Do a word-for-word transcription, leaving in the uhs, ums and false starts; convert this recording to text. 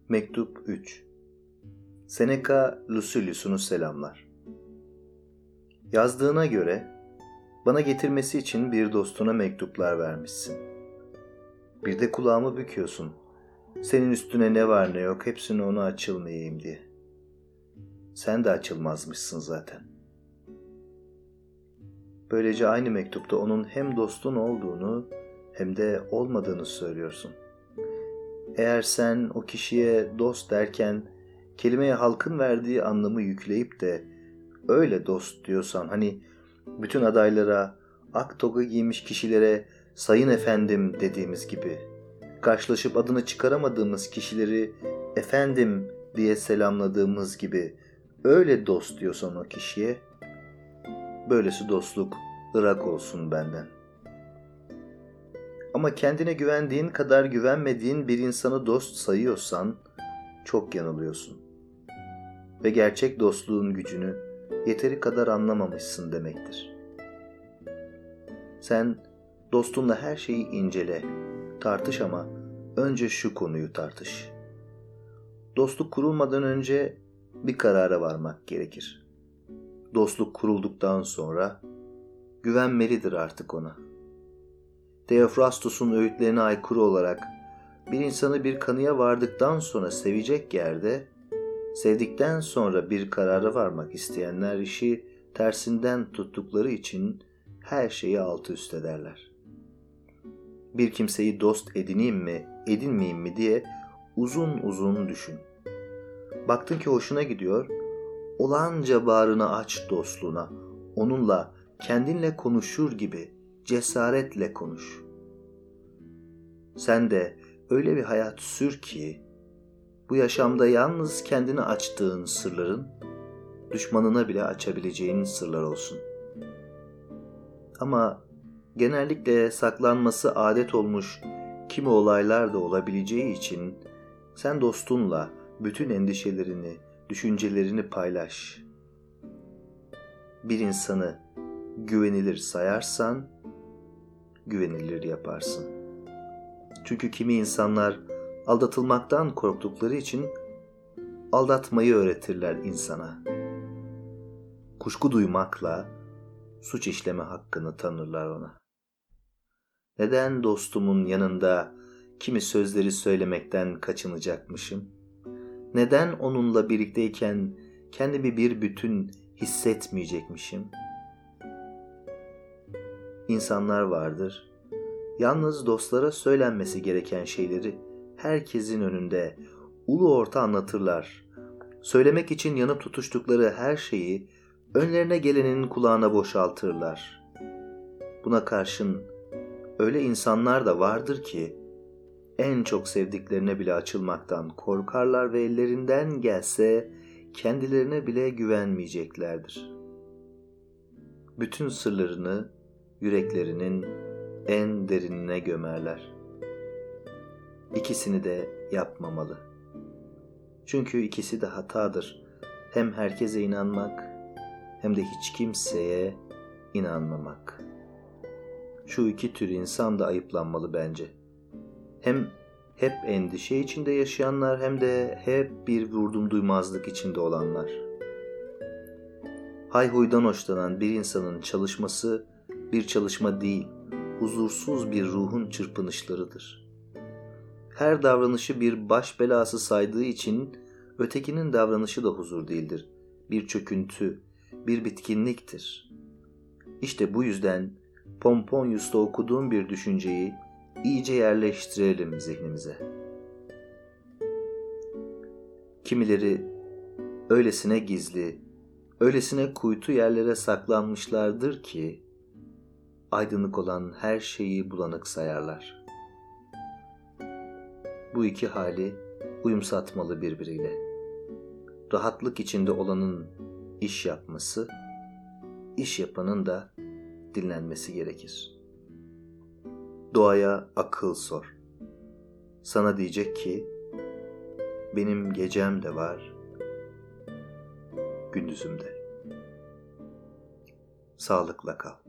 Mektup üç. Seneca Lucilius'unu selamlar. Yazdığına göre bana getirmesi için bir dostuna mektuplar vermişsin. Bir de kulağımı büküyorsun. Senin üstüne ne var ne yok hepsini ona açılmayayım diye. Sen de açılmazmışsın zaten. Böylece aynı mektupta onun hem dostun olduğunu hem de olmadığını söylüyorsun. Eğer sen o kişiye dost derken kelimeye halkın verdiği anlamı yükleyip de öyle dost diyorsan, hani bütün adaylara, ak toga giymiş kişilere sayın efendim dediğimiz gibi, karşılaşıp adını çıkaramadığımız kişileri efendim diye selamladığımız gibi öyle dost diyorsan o kişiye, böylesi dostluk ırak olsun benden. Ama kendine güvendiğin kadar güvenmediğin bir insanı dost sayıyorsan çok yanılıyorsun. Ve gerçek dostluğun gücünü yeteri kadar anlamamışsın demektir. Sen dostunla her şeyi incele, tartış ama önce şu konuyu tartış. Dostluk kurulmadan önce bir karara varmak gerekir. Dostluk kurulduktan sonra güvenmelidir artık ona. Theophrastus'un öğütlerine aykırı olarak bir insanı bir kanıya vardıktan sonra sevecek yerde, sevdikten sonra bir karara varmak isteyenler işi tersinden tuttukları için her şeyi altı üst ederler. Bir kimseyi dost edineyim mi, edinmeyeyim mi diye uzun uzun düşün. Baktın ki hoşuna gidiyor, olanca bağrını aç dostluğuna, onunla kendinle konuşur gibi cesaretle konuş. Sen de öyle bir hayat sür ki, bu yaşamda yalnız kendine açtığın sırların, düşmanına bile açabileceğin sırlar olsun. Ama genellikle saklanması adet olmuş kimi olaylar da olabileceği için, sen dostunla bütün endişelerini, düşüncelerini paylaş. Bir insanı güvenilir sayarsan, güvenilir yaparsın. Çünkü kimi insanlar aldatılmaktan korktukları için aldatmayı öğretirler insana. Kuşku duymakla suç işleme hakkını tanırlar ona. Neden dostumun yanında kimi sözleri söylemekten kaçınacakmışım? Neden onunla birlikteyken kendimi bir bütün hissetmeyecekmişim? İnsanlar vardır, yalnız dostlara söylenmesi gereken şeyleri herkesin önünde ulu orta anlatırlar. Söylemek için yanıp tutuştukları her şeyi önlerine gelenin kulağına boşaltırlar. Buna karşın öyle insanlar da vardır ki en çok sevdiklerine bile açılmaktan korkarlar ve ellerinden gelse kendilerine bile güvenmeyeceklerdir. Bütün sırlarını yüreklerinin en derinine gömerler. İkisini de yapmamalı. Çünkü ikisi de hatadır. Hem herkese inanmak hem de hiç kimseye inanmamak. Şu iki tür insan da ayıplanmalı bence. Hem hep endişe içinde yaşayanlar hem de hep bir vurdum duymazlık içinde olanlar. Hayhuydan hoşlanan bir insanın çalışması bir çalışma değil, huzursuz bir ruhun çırpınışlarıdır. Her davranışı bir baş belası saydığı için ötekinin davranışı da huzur değildir. Bir çöküntü, bir bitkinliktir. İşte bu yüzden Pomponius'ta okuduğum bir düşünceyi iyice yerleştirelim zihnimize. Kimileri öylesine gizli, öylesine kuytu yerlere saklanmışlardır ki aydınlık olan her şeyi bulanık sayarlar. Bu iki hali uyumsatmalı birbiriyle. Rahatlık içinde olanın iş yapması, iş yapanın da dinlenmesi gerekir. Doğaya akıl sor. Sana diyecek ki, benim gecem de var, gündüzüm de. Sağlıkla kal.